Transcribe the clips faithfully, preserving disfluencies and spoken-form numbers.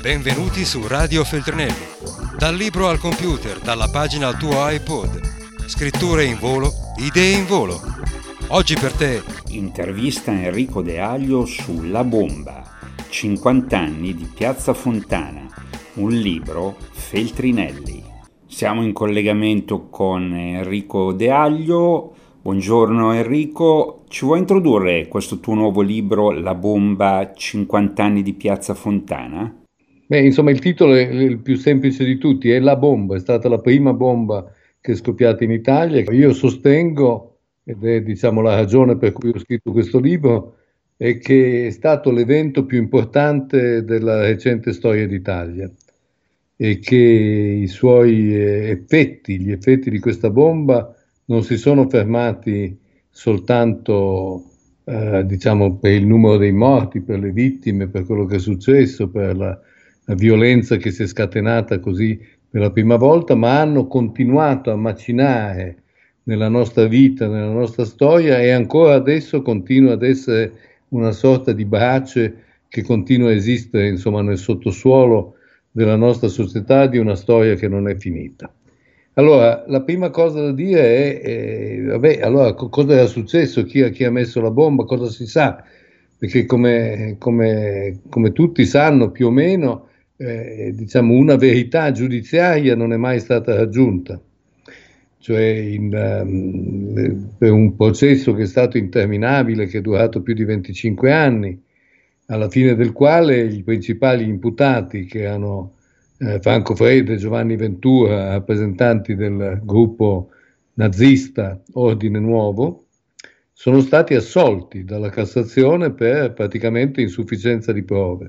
Benvenuti su Radio Feltrinelli. Dal libro al computer, dalla pagina al tuo iPod. Scritture in volo, idee in volo. Oggi per te intervista Enrico De Aglio su La Bomba, cinquanta anni di Piazza Fontana, un libro Feltrinelli. Siamo in collegamento con Enrico De Aglio. Buongiorno Enrico, ci vuoi introdurre questo tuo nuovo libro La Bomba, cinquanta anni di Piazza Fontana? Beh, insomma, il titolo è il più semplice di tutti, è La Bomba, è stata la prima bomba che è scoppiata in Italia. Io sostengo, ed è diciamo la ragione per cui ho scritto questo libro, è che è stato l'evento più importante della recente storia d'Italia e che i suoi eh, effetti, gli effetti di questa bomba non si sono fermati soltanto eh, diciamo per il numero dei morti, per le vittime, per quello che è successo, per la la violenza che si è scatenata così per la prima volta, ma hanno continuato a macinare nella nostra vita, nella nostra storia, e ancora adesso continua ad essere una sorta di brace che continua a esistere, insomma, nel sottosuolo della nostra società, di una storia che non è finita. Allora, la prima cosa da dire è, eh, vabbè, allora co- cosa era successo, chi, chi ha messo la bomba, cosa si sa, perché come, come, come tutti sanno più o meno, Eh, diciamo una verità giudiziaria non è mai stata raggiunta, cioè in, um, per un processo che è stato interminabile, che è durato più di venticinque anni, alla fine del quale i principali imputati, che erano eh, Franco Frede e Giovanni Ventura, rappresentanti del gruppo nazista Ordine Nuovo, sono stati assolti dalla Cassazione per praticamente insufficienza di prove.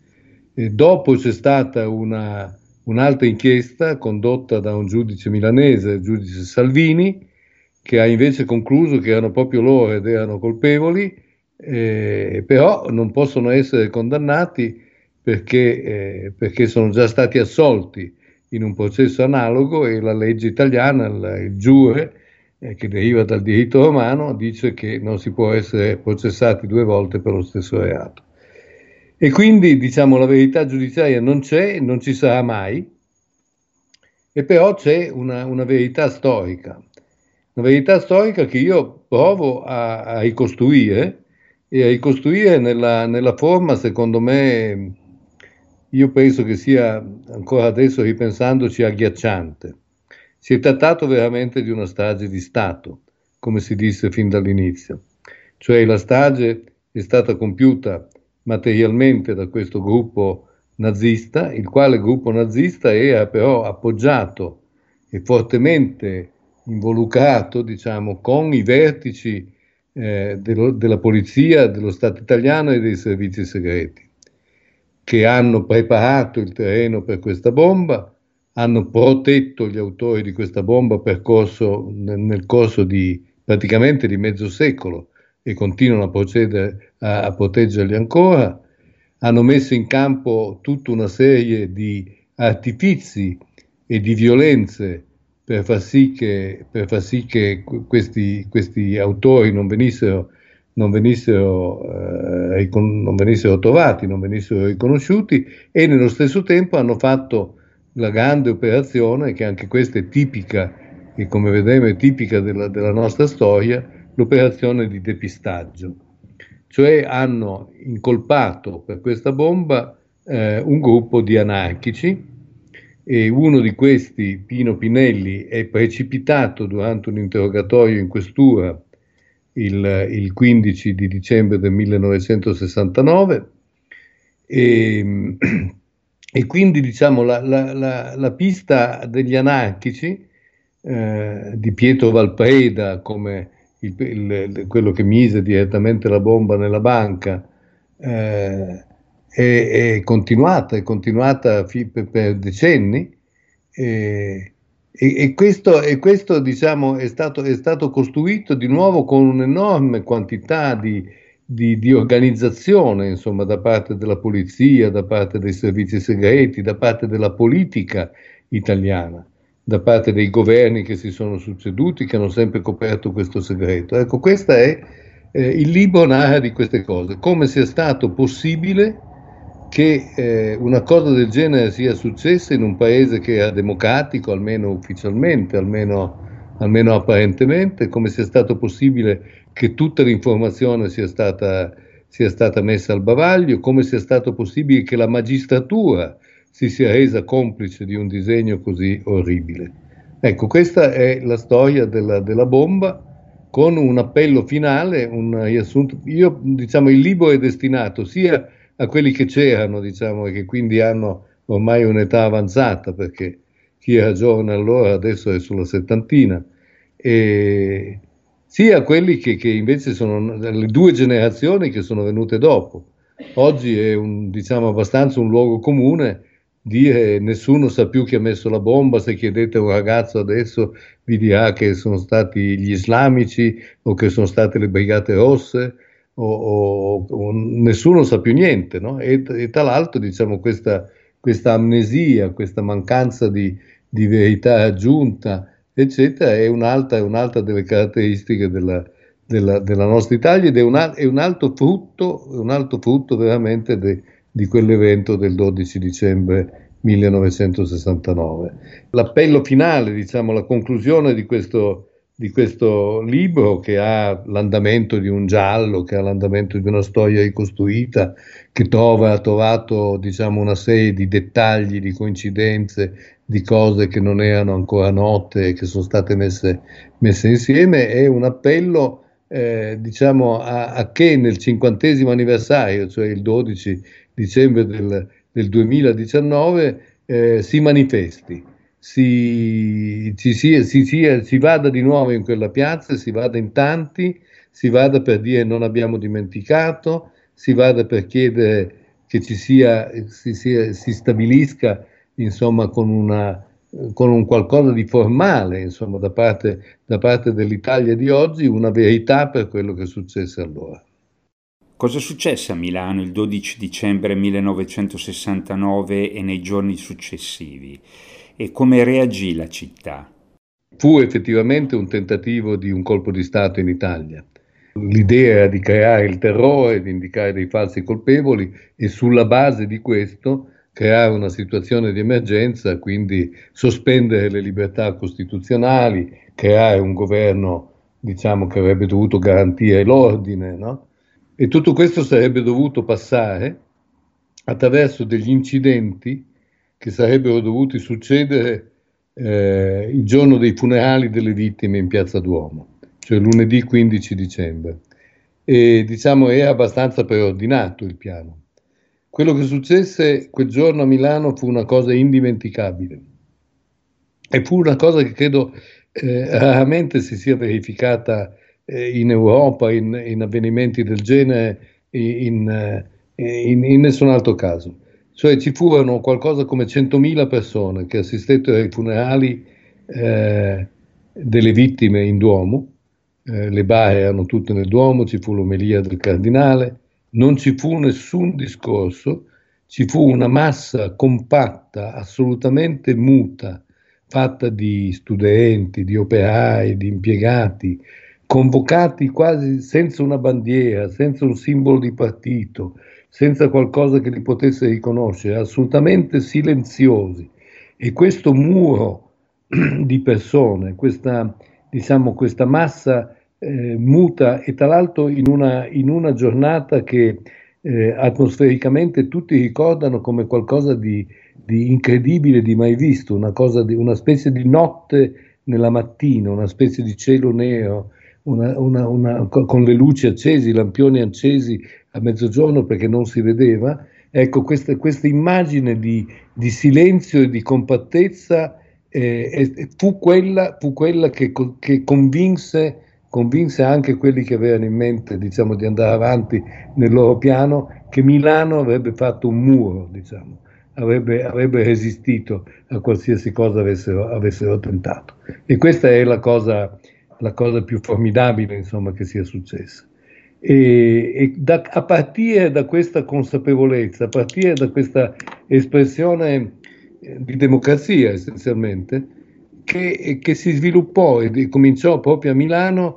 E dopo c'è stata una, un'altra inchiesta condotta da un giudice milanese, il giudice Salvini, che ha invece concluso che erano proprio loro ed erano colpevoli, eh, però non possono essere condannati perché, eh, perché sono già stati assolti in un processo analogo, e la legge italiana, il, il giure, eh, che deriva dal diritto romano, dice che non si può essere processati due volte per lo stesso reato. E quindi, diciamo, la verità giudiziaria non c'è, non ci sarà mai, e però c'è una, una verità storica, una verità storica che io provo a, a ricostruire, e a ricostruire nella, nella forma, secondo me, io penso che sia, ancora adesso ripensandoci, agghiacciante. Si è trattato veramente di una strage di Stato, come si disse fin dall'inizio, cioè la strage è stata compiuta materialmente da questo gruppo nazista, il quale gruppo nazista era però appoggiato e fortemente involucrato, diciamo, con i vertici eh, dello, della polizia, dello Stato italiano e dei servizi segreti, che hanno preparato il terreno per questa bomba, hanno protetto gli autori di questa bomba percorso, nel, nel corso di praticamente di mezzo secolo, e continuano a procedere a, a proteggerli ancora. Hanno messo in campo tutta una serie di artifizi e di violenze per far sì che, per far sì che questi, questi autori non venissero, non, venissero, eh, non venissero trovati, non venissero riconosciuti, e nello stesso tempo hanno fatto la grande operazione, che anche questa è tipica, e come vedremo è tipica della, della nostra storia, l'operazione di depistaggio, cioè hanno incolpato per questa bomba eh, un gruppo di anarchici, e uno di questi, Pino Pinelli, è precipitato durante un interrogatorio in questura il, il quindici di dicembre del millenovecentosessantanove, e, e quindi diciamo la, la, la, la pista degli anarchici, eh, di Pietro Valpreda come Il, il, quello che mise direttamente la bomba nella banca, eh, è, è continuata, è continuata fi, per, per decenni, e, e, e questo, e questo diciamo, è stato, è stato costruito di nuovo con un'enorme quantità di, di, di organizzazione, insomma, da parte della polizia, da parte dei servizi segreti, da parte della politica italiana, da parte dei governi che si sono succeduti, che hanno sempre coperto questo segreto. Ecco, questo è eh, il libro narra di queste cose, come sia stato possibile che eh, una cosa del genere sia successa in un paese che era democratico, almeno ufficialmente, almeno, almeno apparentemente, come sia stato possibile che tutta l'informazione sia stata, sia stata messa al bavaglio, come sia stato possibile che la magistratura si sia resa complice di un disegno così orribile. Ecco, questa è la storia della, della bomba, con un appello finale, un riassunto. Io, diciamo, il libro è destinato sia a quelli che c'erano, diciamo, e che quindi hanno ormai un'età avanzata, perché chi era giovane allora adesso è sulla settantina, e sia a quelli che, che invece sono le due generazioni che sono venute dopo. Oggi è un, diciamo, abbastanza un luogo comune dire nessuno sa più chi ha messo la bomba. Se chiedete a un ragazzo adesso vi dirà che sono stati gli islamici o che sono state le brigate rosse, o, o, o nessuno sa più niente, no? E, e tra l'altro, diciamo, questa, questa amnesia, questa mancanza di, di verità aggiunta, eccetera, è un'altra, è un'altra delle caratteristiche della, della, della nostra Italia, ed è un, è un altro frutto, un altro frutto veramente de, di quell'evento del dodici dicembre millenovecentosessantanove. L'appello finale, diciamo, la conclusione di questo, di questo libro, che ha l'andamento di un giallo, che ha l'andamento di una storia ricostruita, che trova, ha trovato, diciamo, una serie di dettagli, di coincidenze, di cose che non erano ancora note e che sono state messe, messe insieme, è un appello eh, diciamo a, a che nel cinquantesimo anniversario, cioè il dodici dicembre del, del duemiladiciannove, eh, si manifesti, si, ci sia, si, sia, si vada di nuovo in quella piazza, si vada in tanti, si vada per dire non abbiamo dimenticato, si vada per chiedere che ci sia, si, sia, si stabilisca, insomma, con, una, con un qualcosa di formale, insomma, da parte, da parte dell'Italia di oggi, una verità per quello che successe allora. Cosa successe a Milano il dodici dicembre millenovecentosessantanove e nei giorni successivi? E come reagì la città? Fu effettivamente un tentativo di un colpo di Stato in Italia. L'idea era di creare il terrore, di indicare dei falsi colpevoli e sulla base di questo creare una situazione di emergenza, quindi sospendere le libertà costituzionali, creare un governo, diciamo, che avrebbe dovuto garantire l'ordine, no? E tutto questo sarebbe dovuto passare attraverso degli incidenti che sarebbero dovuti succedere eh, il giorno dei funerali delle vittime in Piazza Duomo, cioè lunedì quindici dicembre. E, diciamo, era abbastanza preordinato il piano. Quello che successe quel giorno a Milano fu una cosa indimenticabile e fu una cosa che credo eh, raramente si sia verificata eh, in Europa, in, in avvenimenti del genere, in, in, in nessun altro caso. Cioè ci furono qualcosa come centomila persone che assistettero ai funerali eh, delle vittime in Duomo, eh, le bare erano tutte nel Duomo, ci fu l'omelia del cardinale. Non ci fu nessun discorso, ci fu una massa compatta, assolutamente muta, fatta di studenti, di operai, di impiegati, convocati quasi senza una bandiera, senza un simbolo di partito, senza qualcosa che li potesse riconoscere, assolutamente silenziosi. E questo muro di persone, questa, diciamo, questa massa Eh, muta, e tra l'altro in una, in una giornata che eh, atmosfericamente tutti ricordano come qualcosa di, di incredibile, di mai visto, una, cosa di, una specie di notte nella mattina, una specie di cielo nero, una, una, una, con le luci accesi, i lampioni accesi a mezzogiorno perché non si vedeva. Ecco, questa, questa immagine di, di silenzio e di compattezza eh, fu quella, fu quella che, che convinse convinse anche quelli che avevano in mente, diciamo, di andare avanti nel loro piano, che Milano avrebbe fatto un muro, diciamo, avrebbe, avrebbe resistito a qualsiasi cosa avessero, avessero tentato. E questa è la cosa, la cosa più formidabile, insomma, che sia successa. E, e da, a partire da questa consapevolezza, a partire da questa espressione di democrazia, essenzialmente, che, che si sviluppò e cominciò proprio a Milano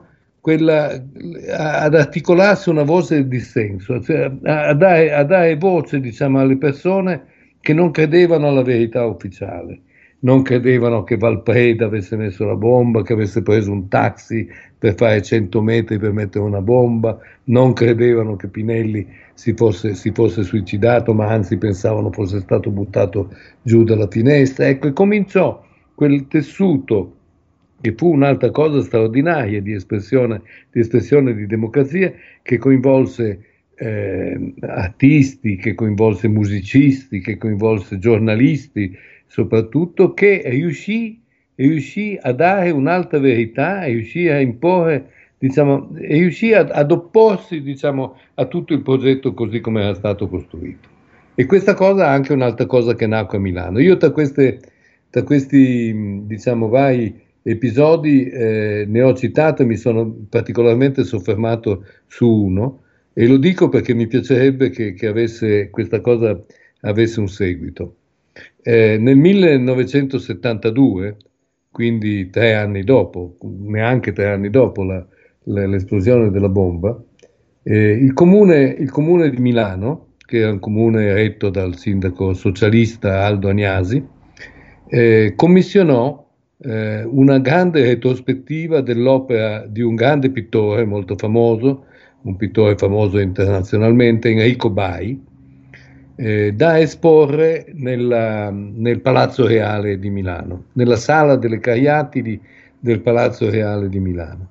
quella, ad articolarsi una voce di dissenso, cioè a, dare, a dare voce, diciamo, alle persone che non credevano alla verità ufficiale, non credevano che Valpreda avesse messo la bomba, che avesse preso un taxi per fare cento metri per mettere una bomba, non credevano che Pinelli si fosse, si fosse suicidato, ma anzi pensavano fosse stato buttato giù dalla finestra. Ecco, e cominciò quel tessuto che fu un'altra cosa straordinaria di espressione di, espressione di democrazia, che coinvolse eh, artisti, che coinvolse musicisti, che coinvolse giornalisti, soprattutto, che riuscì, riuscì a dare un'altra verità, riuscì a imporre, diciamo, riuscì ad, ad opporsi, diciamo, a tutto il progetto così come era stato costruito. E questa cosa è anche un'altra cosa che nacque a Milano. Io tra, queste, tra questi, diciamo, vari episodi eh, ne ho citato e mi sono particolarmente soffermato su uno, e lo dico perché mi piacerebbe che, che avesse, questa cosa avesse un seguito. Eh, nel millenovecentosettantadue, quindi tre anni dopo, neanche tre anni dopo la, la, l'esplosione della bomba, eh, il comune, il comune di Milano, che era un comune retto dal sindaco socialista Aldo Agnasi, eh, commissionò eh, una grande retrospettiva dell'opera di un grande pittore molto famoso, un pittore famoso internazionalmente, Enrico Bai, eh, da esporre nella, nel Palazzo Reale di Milano, nella sala delle Cariatidi del Palazzo Reale di Milano.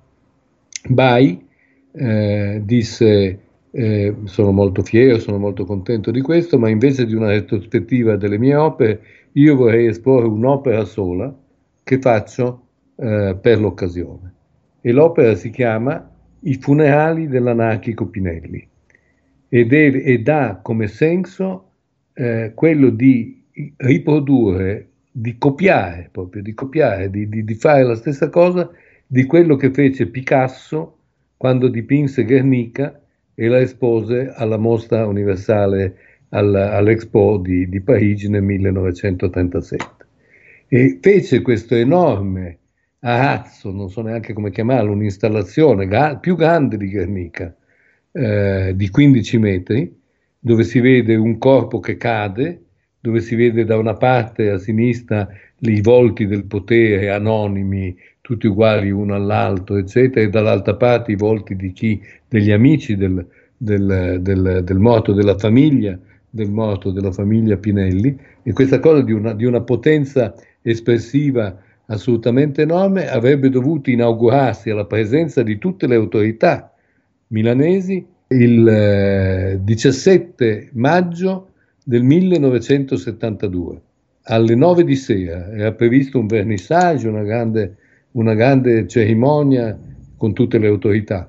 Bai eh, disse: eh, sono molto fiero, sono molto contento di questo, ma invece di una retrospettiva delle mie opere, io vorrei esporre un'opera sola che faccio eh, per l'occasione. E l'opera si chiama I funerali dell'anarchico Pinelli, ed, è, ed ha come senso eh, quello di riprodurre, di copiare, proprio di copiare, di, di, di fare la stessa cosa di quello che fece Picasso quando dipinse Guernica e la espose alla Mostra Universale, all'Expo di, di Parigi nel millenovecentotrentasette. E fece questo enorme arazzo, non so neanche come chiamarlo, un'installazione gra- più grande di Guernica, eh, di quindici metri, dove si vede un corpo che cade, dove si vede da una parte a sinistra i volti del potere anonimi, tutti uguali uno all'altro, eccetera, e dall'altra parte i volti di chi, degli amici del, del, del, del morto, della famiglia, del morto della famiglia Pinelli, e questa cosa di una, di una potenza espressiva assolutamente enorme avrebbe dovuto inaugurarsi alla presenza di tutte le autorità milanesi il eh, diciassette maggio del millenovecentosettantadue alle nove di sera. Era previsto un vernissage, una grande, una grande cerimonia con tutte le autorità.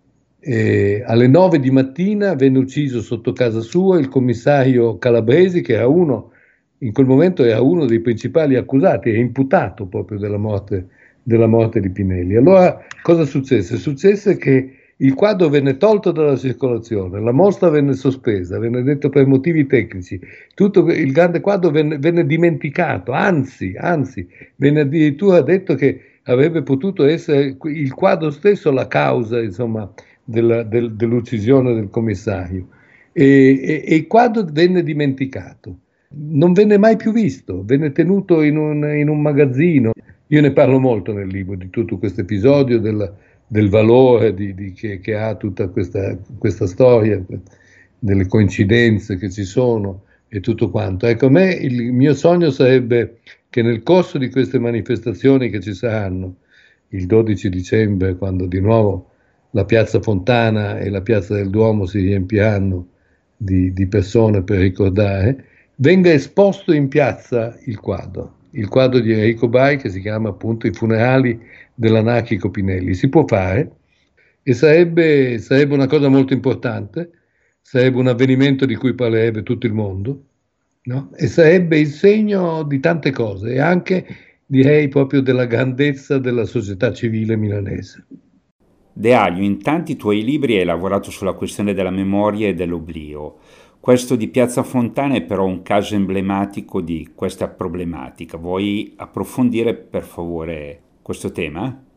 E alle nove di mattina venne ucciso sotto casa sua il commissario Calabresi, che era uno, in quel momento era uno dei principali accusati, era imputato proprio della morte, della morte di Pinelli. Allora cosa successe? Successe che il quadro venne tolto dalla circolazione, la mostra venne sospesa, venne detto per motivi tecnici, tutto il grande quadro venne, venne dimenticato, anzi, anzi, venne addirittura detto che avrebbe potuto essere il quadro stesso la causa, insomma, della, del, dell'uccisione del commissario. E, e, e il quadro venne dimenticato, non venne mai più visto, venne tenuto in un, in un magazzino. Io ne parlo molto nel libro di tutto questo episodio, del, del valore di, di, che, che ha tutta questa, questa storia, delle coincidenze che ci sono e tutto quanto. Ecco, a me il mio sogno sarebbe che nel corso di queste manifestazioni che ci saranno il dodici dicembre, quando di nuovo la piazza Fontana e la piazza del Duomo si riempiranno di, di persone per ricordare, venga esposto in piazza il quadro, il quadro di Enrico Bai, che si chiama appunto I funerali dell'anarchico Pinelli. Si può fare e sarebbe, sarebbe una cosa molto importante, sarebbe un avvenimento di cui parlerebbe tutto il mondo, no? E sarebbe il segno di tante cose, e anche, direi, proprio della grandezza della società civile milanese. De Aglio, in tanti tuoi libri hai lavorato sulla questione della memoria e dell'oblio. Questo di Piazza Fontana è però un caso emblematico di questa problematica. Vuoi approfondire per favore questo tema?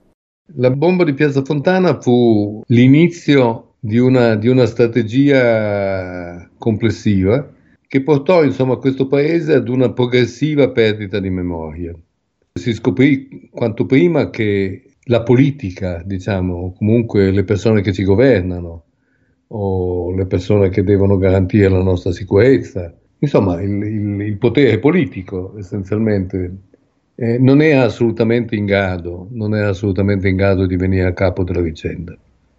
La bomba di Piazza Fontana fu l'inizio di una, di una strategia complessiva che portò insomma questo paese ad una progressiva perdita di memoria. Si scoprì quanto prima che la politica, diciamo, o comunque le persone che ci governano, o le persone che devono garantire la nostra sicurezza, insomma il, il, il potere politico essenzialmente, eh, non era assolutamente in grado, non era assolutamente in grado di venire a capo della vicenda.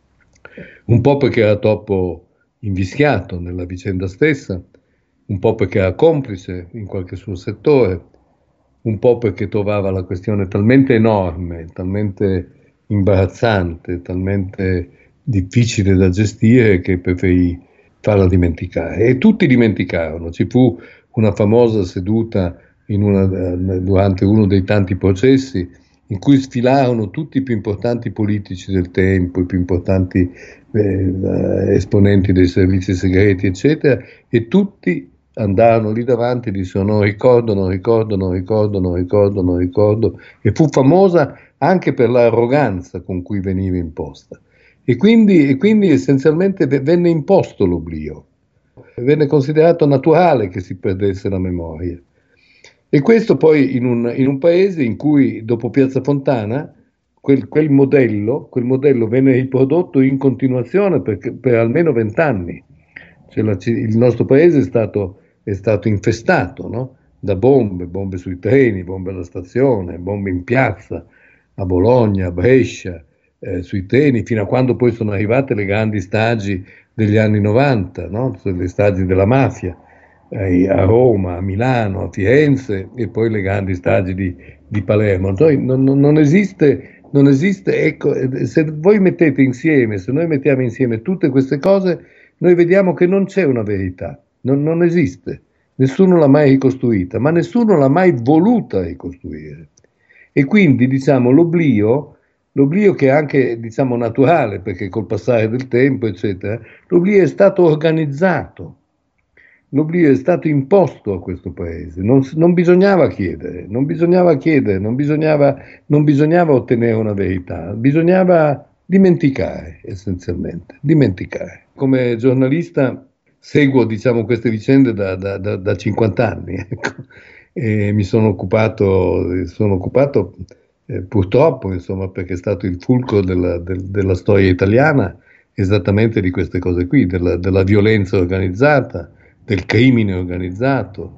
Un po' perché era troppo invischiato nella vicenda stessa, un po' perché era complice in qualche suo settore, un po' perché trovava la questione talmente enorme, talmente imbarazzante, talmente difficile da gestire che preferì farla dimenticare. E tutti dimenticarono. Ci fu una famosa seduta in una, durante uno dei tanti processi in cui sfilarono tutti i più importanti politici del tempo, i più importanti eh, esponenti dei servizi segreti, eccetera, e tutti andarono lì davanti e dissero non ricordo, non ricordo, non ricordo, non ricordo, non ricordo, e fu famosa anche per l'arroganza con cui veniva imposta. E quindi, e quindi essenzialmente venne imposto l'oblio, venne considerato naturale che si perdesse la memoria. E questo poi in un, in un paese in cui dopo Piazza Fontana quel, quel, modello, quel modello venne riprodotto in continuazione per, per almeno vent'anni. Cioè la, il nostro paese è stato, è stato infestato, no? Da bombe, bombe sui treni, bombe alla stazione, bombe in piazza, a Bologna, a Brescia, eh, sui treni, fino a quando poi sono arrivate le grandi stragi degli anni novanta, no? Le stragi della mafia, eh, a Roma, a Milano, a Firenze, e poi le grandi stragi di, di Palermo. Non, non, non esiste, non esiste, ecco, se voi mettete insieme, se noi mettiamo insieme tutte queste cose, noi vediamo che non c'è una verità, non, non esiste, nessuno l'ha mai ricostruita, ma nessuno l'ha mai voluta ricostruire. E quindi, diciamo, l'oblio, l'oblio che è anche, diciamo, naturale, perché col passare del tempo, eccetera, l'oblio è stato organizzato, l'oblio è stato imposto a questo paese, non, non bisognava chiedere, non bisognava chiedere, non bisognava, non bisognava ottenere una verità, bisognava dimenticare, essenzialmente, dimenticare. Come giornalista seguo, diciamo, queste vicende da, da, da, da cinquanta anni, ecco. E mi sono occupato, sono occupato eh, purtroppo, insomma, perché è stato il fulcro della, del, della storia italiana, esattamente di queste cose qui, della, della violenza organizzata, del crimine organizzato,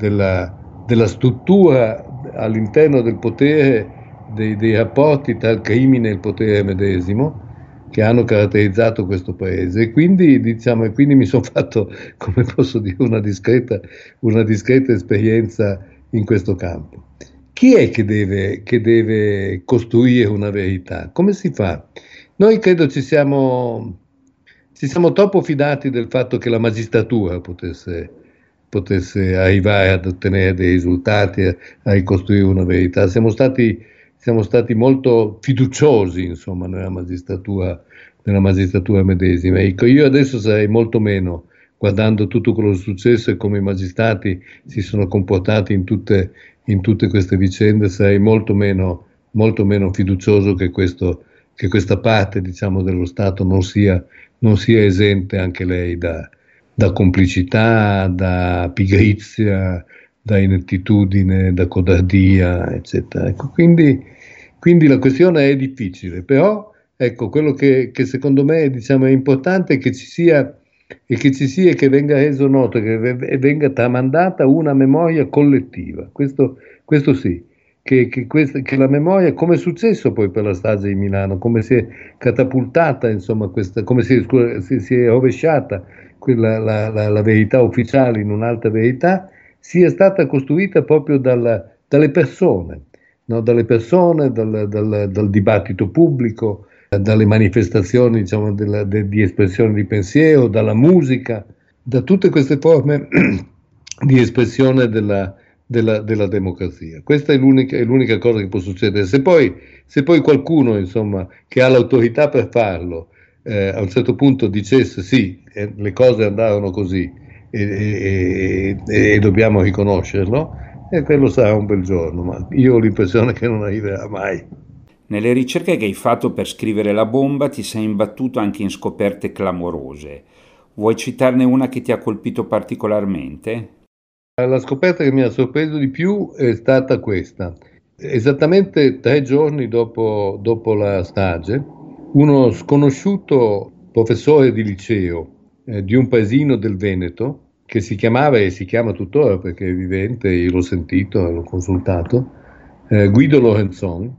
della, della struttura all'interno del potere, dei, dei rapporti tra il crimine e il potere medesimo, che hanno caratterizzato questo paese. E quindi, diciamo, e quindi mi sono fatto, come posso dire, una discreta, una discreta esperienza in questo campo. Chi è che deve, che deve costruire una verità? Come si fa? Noi credo ci siamo, ci siamo troppo fidati del fatto che la magistratura potesse, potesse arrivare ad ottenere dei risultati, a, a ricostruire una verità. Siamo stati Siamo stati molto fiduciosi, insomma, nella magistratura, nella magistratura medesima. Ecco, io adesso sarei molto meno, guardando tutto quello che è successo e come i magistrati si sono comportati in tutte, in tutte queste vicende, sarei molto meno, molto meno fiducioso che, questo, che questa parte, diciamo, dello Stato non sia, non sia esente anche lei da, da complicità, da pigrizia, da inettitudine, da codardia, eccetera. Ecco, quindi, quindi la questione è difficile, però ecco, quello che, che secondo me, diciamo, è importante è che ci sia e che ci sia che venga reso noto, che venga tramandata una memoria collettiva. Questo, questo sì, che, che, questa, che la memoria, come è successo poi per la strage di Milano, come si è catapultata, insomma, questa, come si è, si, si è rovesciata quella, la, la, la verità ufficiale in un'altra verità, sia stata costruita proprio dalla, dalle persone, no? dalle persone, dal, dal, dal dibattito pubblico, dalle manifestazioni, diciamo, della, de, di espressione di pensiero, dalla musica, da tutte queste forme di espressione della, della, della democrazia. Questa è l'unica, è l'unica cosa che può succedere. Se poi, se poi qualcuno, insomma, che ha l'autorità per farlo, eh, a un certo punto dicesse sì, eh, le cose andarono così, E, e, e, e dobbiamo riconoscerlo, e quello sarà un bel giorno, ma io ho l'impressione che non arriverà mai. Nelle ricerche che hai fatto per scrivere La bomba ti sei imbattuto anche in scoperte clamorose. Vuoi citarne una che ti ha colpito particolarmente? La scoperta che mi ha sorpreso di più è stata questa. Esattamente tre giorni dopo, dopo la strage, uno sconosciuto professore di liceo eh, di un paesino del Veneto, che si chiamava e si chiama tuttora perché è vivente, io l'ho sentito, l'ho consultato, eh, Guido Lorenzon,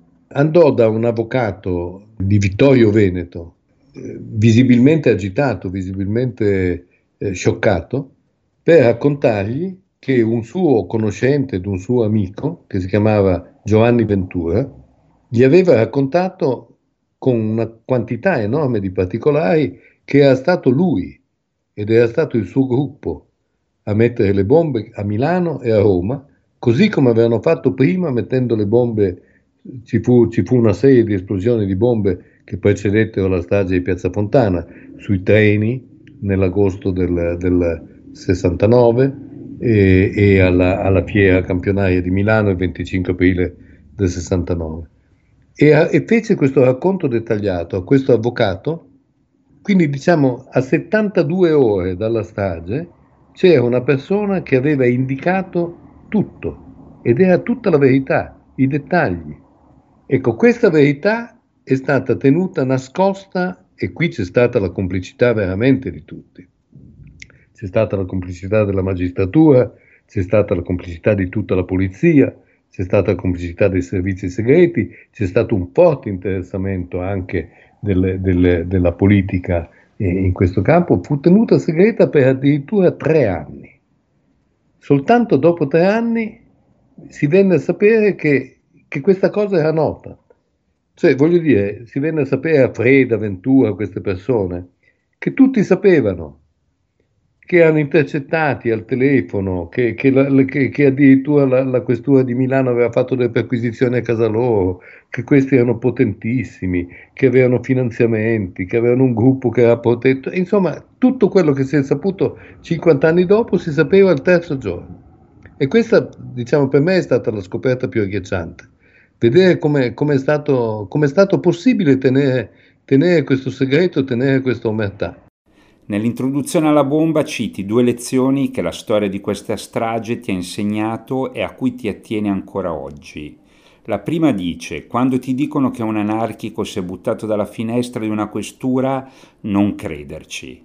andò da un avvocato di Vittorio Veneto, eh, visibilmente agitato, visibilmente eh, scioccato, per raccontargli che un suo conoscente ed un suo amico, che si chiamava Giovanni Ventura, gli aveva raccontato con una quantità enorme di particolari che era stato lui ed era stato il suo gruppo a mettere le bombe a Milano e a Roma, così come avevano fatto prima mettendo le bombe. Ci fu, ci fu una serie di esplosioni di bombe che precedettero la strage di Piazza Fontana, sui treni nell'agosto del, del sessantanove e, e alla, alla fiera campionaria di Milano il venticinque aprile del sessantanove. E, e fece questo racconto dettagliato a questo avvocato. Quindi diciamo a settantadue ore dalla strage c'era una persona che aveva indicato tutto ed era tutta la verità, i dettagli. Ecco, questa verità è stata tenuta nascosta e qui c'è stata la complicità veramente di tutti. C'è stata la complicità della magistratura, c'è stata la complicità di tutta la polizia, c'è stata la complicità dei servizi segreti, c'è stato un forte interessamento anche delle, delle, della politica in questo campo. Fu tenuta segreta per addirittura tre anni. Soltanto dopo tre anni si venne a sapere che, che questa cosa era nota. Cioè, voglio dire, si venne a sapere a Freda, Ventura, queste persone, che tutti sapevano, che erano intercettati al telefono, che, che, la, che, che addirittura la, la questura di Milano aveva fatto delle perquisizioni a casa loro, che questi erano potentissimi, che avevano finanziamenti, che avevano un gruppo che era protetto. Insomma, tutto quello che si è saputo cinquanta anni dopo si sapeva il terzo giorno. E questa, diciamo, per me è stata la scoperta più agghiacciante. Vedere come è stato, com'è stato possibile tenere, tenere questo segreto, tenere questa omertà. Nell'introduzione alla bomba citi due lezioni che la storia di questa strage ti ha insegnato e a cui ti attieni ancora oggi. La prima dice: quando ti dicono che un anarchico si è buttato dalla finestra di una questura, non crederci.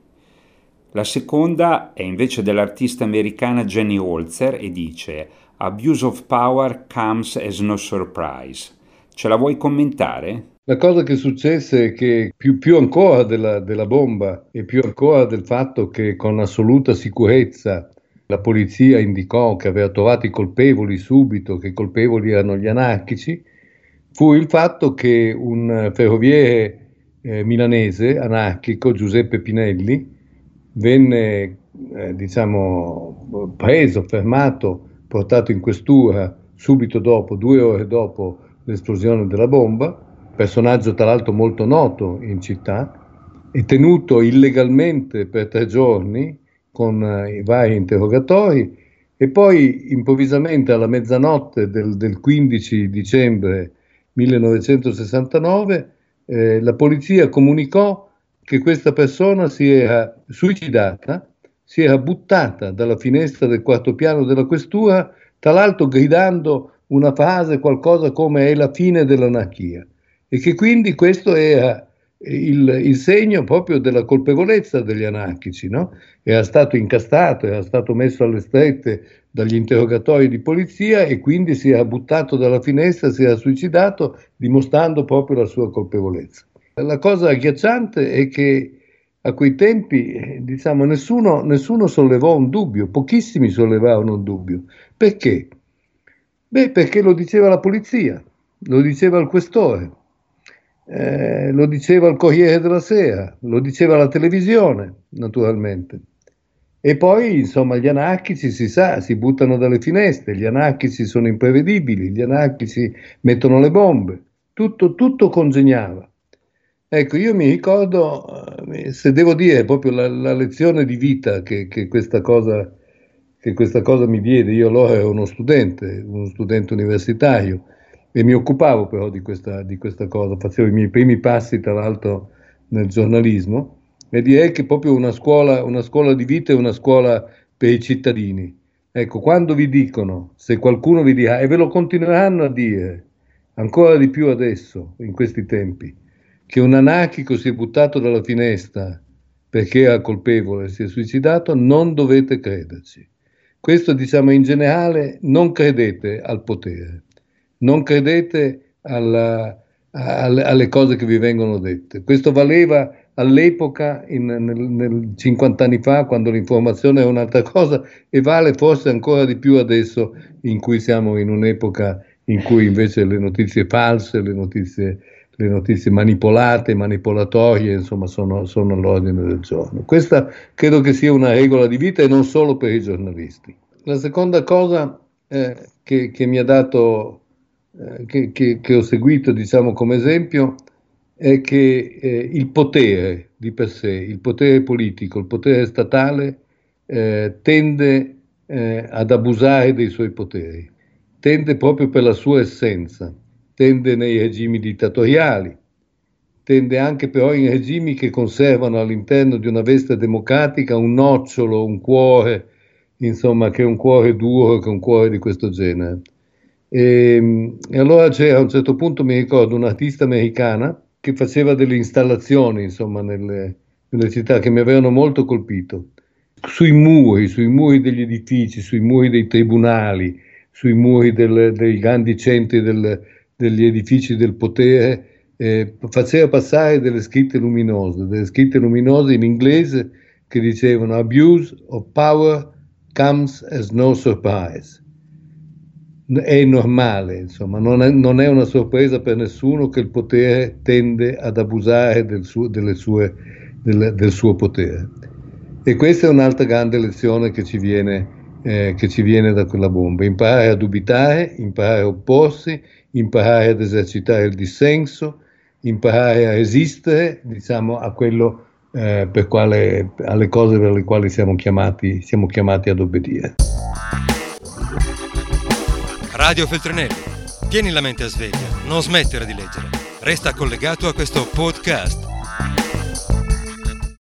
La seconda è invece dell'artista americana Jenny Holzer e dice: abuse of power comes as no surprise. Ce la vuoi commentare? La cosa che successe è che più, più ancora della, della bomba e più ancora del fatto che con assoluta sicurezza la polizia indicò che aveva trovato i colpevoli subito, che i colpevoli erano gli anarchici, fu il fatto che un ferroviere eh, milanese anarchico, Giuseppe Pinelli, venne eh, diciamo, preso, fermato, portato in questura subito dopo, due ore dopo l'esplosione della bomba, personaggio tra l'altro molto noto in città, e tenuto illegalmente per tre giorni con eh, i vari interrogatori, e poi improvvisamente alla mezzanotte del, del quindici dicembre millenovecentosessantanove eh, la polizia comunicò che questa persona si era suicidata, si era buttata dalla finestra del quarto piano della questura, tra l'altro gridando una frase, qualcosa come "è la fine dell'anarchia", e che quindi questo era il, il segno proprio della colpevolezza degli anarchici, no? Era stato incastrato, era stato messo alle strette dagli interrogatori di polizia e quindi si era buttato dalla finestra, si era suicidato, dimostrando proprio la sua colpevolezza. La cosa agghiacciante è che a quei tempi, diciamo, nessuno, nessuno sollevò un dubbio, pochissimi sollevarono un dubbio. Perché? Beh, perché lo diceva la polizia, lo diceva il questore, eh, lo diceva il Corriere della Sera, lo diceva la televisione, naturalmente. E poi, insomma, gli anarchici, si sa, si buttano dalle finestre, gli anarchici sono imprevedibili, gli anarchici mettono le bombe, tutto, tutto congegnava. Ecco, io mi ricordo, se devo dire, proprio la, la lezione di vita che, che, questa cosa, che questa cosa mi diede. Io allora ero uno studente, uno studente universitario, e mi occupavo però di questa, di questa cosa, facevo i miei primi passi tra l'altro nel giornalismo, e direi che proprio una scuola, una scuola di vita è una scuola per i cittadini. Ecco, quando vi dicono, se qualcuno vi dirà, e ve lo continueranno a dire, ancora di più adesso, in questi tempi, che un anarchico si è buttato dalla finestra perché era colpevole e si è suicidato, non dovete crederci. Questo, diciamo, in generale, non credete al potere, non credete alla, alle, alle cose che vi vengono dette. Questo valeva all'epoca, in, nel, nel cinquanta anni fa, quando l'informazione è un'altra cosa, e vale forse ancora di più adesso, in cui siamo in un'epoca in cui invece le notizie false, le notizie, le notizie manipolate, manipolatorie, insomma, sono, sono all'ordine del giorno. Questa credo che sia una regola di vita, e non solo per i giornalisti. La seconda cosa eh, che, che mi ha dato, eh, che, che, che ho seguito, diciamo, come esempio, è che eh, il potere di per sé, il potere politico, il potere statale, eh, tende eh, ad abusare dei suoi poteri. Tende proprio per la sua essenza, tende nei regimi dittatoriali, tende anche però in regimi che conservano all'interno di una veste democratica un nocciolo, un cuore, insomma, che è un cuore duro, che è un cuore di questo genere. E, e allora c'era, a un certo punto, mi ricordo, un'artista americana che faceva delle installazioni, insomma, nelle, nelle città, che mi avevano molto colpito. Sui muri, sui muri degli edifici, sui muri dei tribunali, sui muri del, dei grandi centri del, degli edifici del potere, eh, faceva passare delle scritte luminose, delle scritte luminose in inglese che dicevano "Abuse of power comes as no surprise". È normale, insomma, non è, non è una sorpresa per nessuno che il potere tende ad abusare del suo, delle sue, del, del suo potere. E questa è un'altra grande lezione che ci viene Eh, che ci viene da quella bomba: imparare a dubitare, imparare a opporsi, imparare ad esercitare il dissenso, imparare a resistere, diciamo, a quello eh, per quale, alle cose per le quali siamo chiamati, siamo chiamati ad obbedire. Radio Feltrinelli, tieni la mente a sveglia, non smettere di leggere, resta collegato a questo podcast.